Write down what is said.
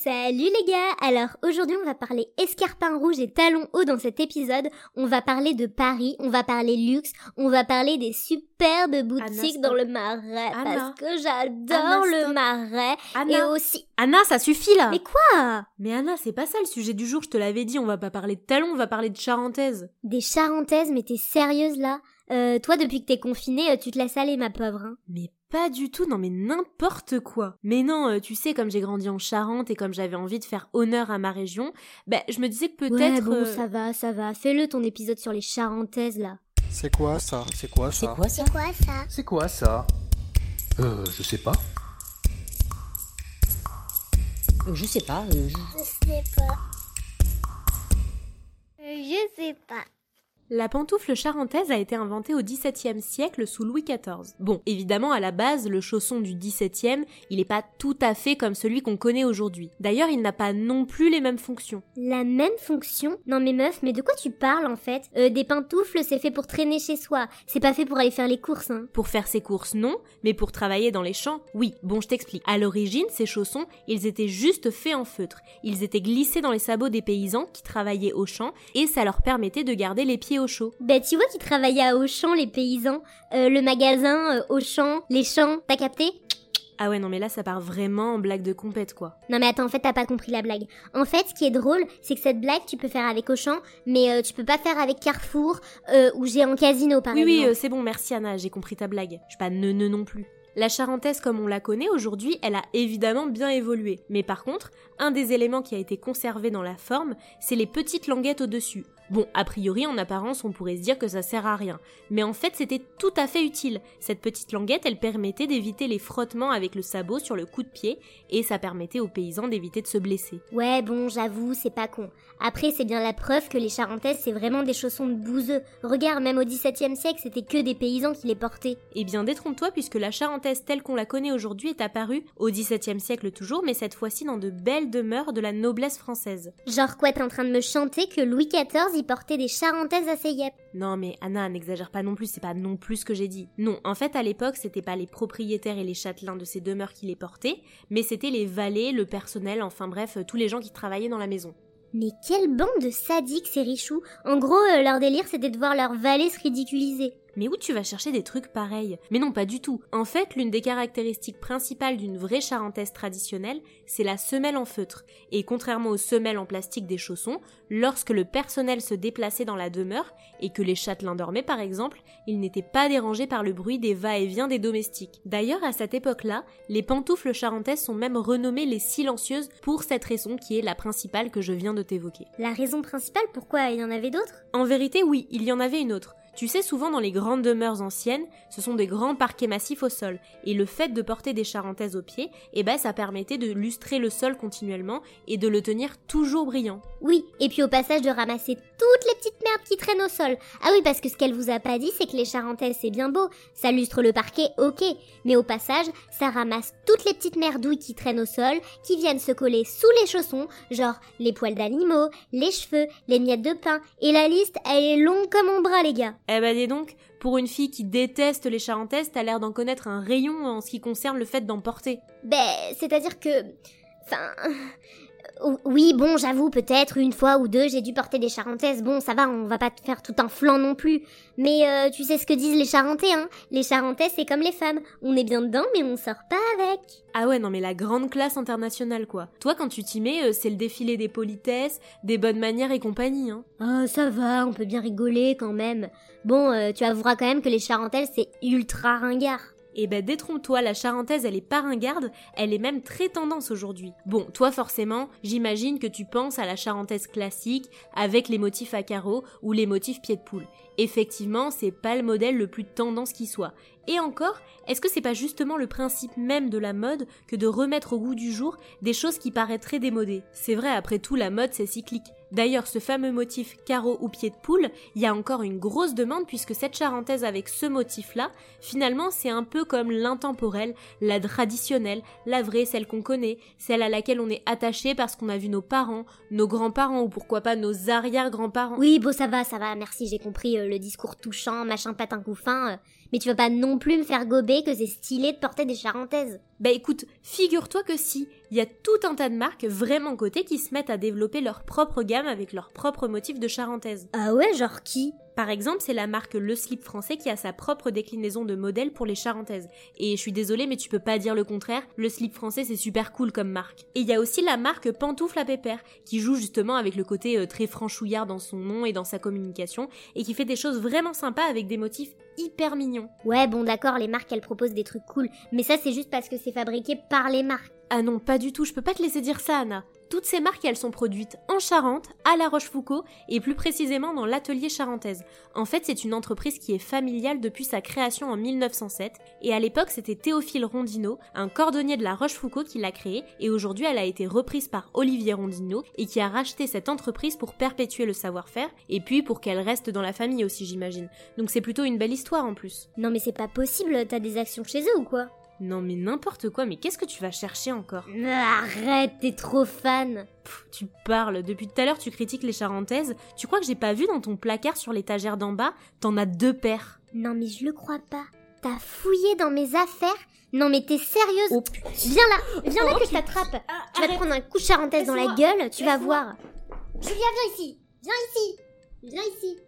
Salut les gars. Alors aujourd'hui on va parler escarpins rouges et talons hauts dans cet épisode. On va parler de Paris, on va parler luxe, on va parler des superbes boutiques dans le Marais. Parce que j'adore le Marais. Et aussi... Anna, ça suffit là. Mais quoi? Mais Anna, c'est pas ça le sujet du jour, je te l'avais dit, on va pas parler de talons, on va parler de charentaises. Des charentaises, mais t'es sérieuse là? Toi depuis que t'es confinée, tu te laisses aller ma pauvre hein. Mais pas du tout, non mais n'importe quoi. Mais non, tu sais, comme j'ai grandi en Charente et comme j'avais envie de faire honneur à ma région, je me disais que peut-être... Ouais bon, ça va, fais-le ton épisode sur les charentaises là. C'est quoi ça? C'est quoi ça? Je sais pas. Je sais pas. Je sais pas. La pantoufle charentaise a été inventée au XVIIe siècle sous Louis XIV. Bon, évidemment, à la base, le chausson du XVIIe, il est pas tout à fait comme celui qu'on connaît aujourd'hui. D'ailleurs, il n'a pas non plus les mêmes fonctions. La même fonction? Non mais meuf, mais de quoi tu parles en fait? Des pantoufles, c'est fait pour traîner chez soi. C'est pas fait pour aller faire les courses, hein. Pour faire ses courses, non, mais pour travailler dans les champs, oui. Bon, je t'explique. À l'origine, ces chaussons, ils étaient juste faits en feutre. Ils étaient glissés dans les sabots des paysans qui travaillaient au champ et ça leur permettait de garder les pieds au chaud. Tu vois qu'ils travaillaient à Auchan, les paysans. Le magasin, Auchan, les champs, t'as capté? Ah ouais, non mais là ça part vraiment en blague de compète quoi. Non mais attends, en fait t'as pas compris la blague. En fait, ce qui est drôle, c'est que cette blague tu peux faire avec Auchan, mais tu peux pas faire avec Carrefour ou Géant Casino par exemple. Oui, c'est bon, merci Anna, j'ai compris ta blague. Je suis pas neuneu non plus. La charentaise comme on la connaît aujourd'hui, elle a évidemment bien évolué. Mais par contre, un des éléments qui a été conservé dans la forme, c'est les petites languettes au-dessus. Bon, a priori, en apparence, on pourrait se dire que ça sert à rien. Mais en fait, c'était tout à fait utile. Cette petite languette, elle permettait d'éviter les frottements avec le sabot sur le coup de pied, et ça permettait aux paysans d'éviter de se blesser. Ouais, bon, j'avoue, c'est pas con. Après, c'est bien la preuve que les charentaises, c'est vraiment des chaussons de bouseux. Regarde, même au XVIIe siècle, c'était que des paysans qui les portaient. Eh bien, détrompe-toi, puisque la charentaise telle qu'on la connaît aujourd'hui est apparue au XVIIe siècle toujours, mais cette fois-ci dans de belles demeures de la noblesse française. Genre quoi, t'es en train de me chanter que Louis XIV y portait des charentaises à ses yep? Non mais Anna, n'exagère pas non plus, c'est pas non plus ce que j'ai dit. Non, en fait à l'époque c'était pas les propriétaires et les châtelains de ces demeures qui les portaient, mais c'était les valets, le personnel, enfin bref, tous les gens qui travaillaient dans la maison. Mais quelle bande de sadiques ces richoux. En gros, leur délire c'était de voir leurs valets se ridiculiser. Mais où tu vas chercher des trucs pareils? Mais non, pas du tout. En fait, l'une des caractéristiques principales d'une vraie charentaise traditionnelle, c'est la semelle en feutre. Et contrairement aux semelles en plastique des chaussons, lorsque le personnel se déplaçait dans la demeure, et que les châtelains dormaient par exemple, ils n'étaient pas dérangés par le bruit des va-et-vient des domestiques. D'ailleurs, à cette époque-là, les pantoufles charentaises sont même renommées les silencieuses pour cette raison qui est la principale que je viens de t'évoquer. La raison principale, pourquoi il y en avait d'autres? En vérité, oui, il y en avait une autre. Tu sais, souvent dans les grandes demeures anciennes, ce sont des grands parquets massifs au sol, et le fait de porter des charentaises aux pieds, ça permettait de lustrer le sol continuellement et de le tenir toujours brillant. Oui, et puis au passage de ramasser toutes les petites merdes qui traînent au sol. Ah oui, parce que ce qu'elle vous a pas dit, c'est que les charentaises c'est bien beau, ça lustre le parquet, ok, mais au passage, ça ramasse toutes les petites merdouilles qui traînent au sol, qui viennent se coller sous les chaussons, genre les poils d'animaux, les cheveux, les miettes de pain, et la liste, elle est longue comme mon bras les gars. Dis donc, pour une fille qui déteste les charentaises, t'as l'air d'en connaître un rayon en ce qui concerne le fait d'en porter. C'est-à-dire que... Oui, bon, j'avoue, peut-être une fois ou deux, j'ai dû porter des charentaises. Bon, ça va, on va pas te faire tout un flanc non plus. Mais tu sais ce que disent les Charentais, hein? Les charentaises, c'est comme les femmes. On est bien dedans, mais on sort pas avec. Ah ouais, non mais la grande classe internationale, quoi. Toi, quand tu t'y mets, c'est le défilé des politesses, des bonnes manières et compagnie, hein. Oh, ça va, on peut bien rigoler quand même. Bon, tu avoueras quand même que les charentaises, c'est ultra ringard. Détrompe-toi, la charentaise elle est pas ringarde, elle est même très tendance aujourd'hui. Bon, toi forcément, j'imagine que tu penses à la charentaise classique avec les motifs à carreaux ou les motifs pied de poule. Effectivement, c'est pas le modèle le plus tendance qui soit. Et encore, est-ce que c'est pas justement le principe même de la mode que de remettre au goût du jour des choses qui paraîtraient démodées? C'est vrai, après tout, la mode c'est cyclique. D'ailleurs, ce fameux motif carreau ou pied de poule, il y a encore une grosse demande puisque cette charentaise avec ce motif-là, finalement, c'est un peu comme l'intemporelle, la traditionnelle, la vraie, celle qu'on connaît, celle à laquelle on est attaché parce qu'on a vu nos parents, nos grands-parents ou pourquoi pas nos arrière-grands-parents. Oui, bon, ça va, merci, j'ai compris le discours touchant, machin patin couffin, Mais tu vas pas non plus me faire gober que c'est stylé de porter des charentaises. Bah écoute, figure-toi que si, il y a tout un tas de marques vraiment cotées qui se mettent à développer leur propre gamme avec leurs propres motifs de charentaise. Ah ouais, genre qui? Par exemple, c'est la marque Le Slip Français qui a sa propre déclinaison de modèles pour les charentaises. Et je suis désolée, mais tu peux pas dire le contraire, Le Slip Français c'est super cool comme marque. Et il y a aussi la marque Pantoufle à Pépère, qui joue justement avec le côté très franchouillard dans son nom et dans sa communication, et qui fait des choses vraiment sympas avec des motifs hyper mignons. Ouais, bon d'accord, les marques elles proposent des trucs cool, mais ça c'est juste parce que c'est fabriqué par les marques. Ah non, pas du tout, je peux pas te laisser dire ça, Anna. Toutes ces marques, elles sont produites en Charente, à La Rochefoucauld, et plus précisément dans l'atelier charentaise. En fait, c'est une entreprise qui est familiale depuis sa création en 1907, et à l'époque, c'était Théophile Rondineau, un cordonnier de La Rochefoucauld qui l'a créée, et aujourd'hui, elle a été reprise par Olivier Rondineau, et qui a racheté cette entreprise pour perpétuer le savoir-faire, et puis pour qu'elle reste dans la famille aussi, j'imagine. Donc c'est plutôt une belle histoire en plus. Non mais c'est pas possible, t'as des actions chez eux ou quoi? Non mais n'importe quoi, mais qu'est-ce que tu vas chercher encore? Arrête, t'es trop fan. Tu parles, depuis tout à l'heure tu critiques les charentaises, tu crois que j'ai pas vu dans ton placard sur l'étagère d'en bas? T'en as 2 paires. Non mais je le crois pas. T'as fouillé dans mes affaires? Non mais t'es sérieuse? Oh, viens là que je t'attrape. Tu vas te prendre un coup de charentaise dans la gueule, tu vas voir. Julia, viens ici. Viens ici.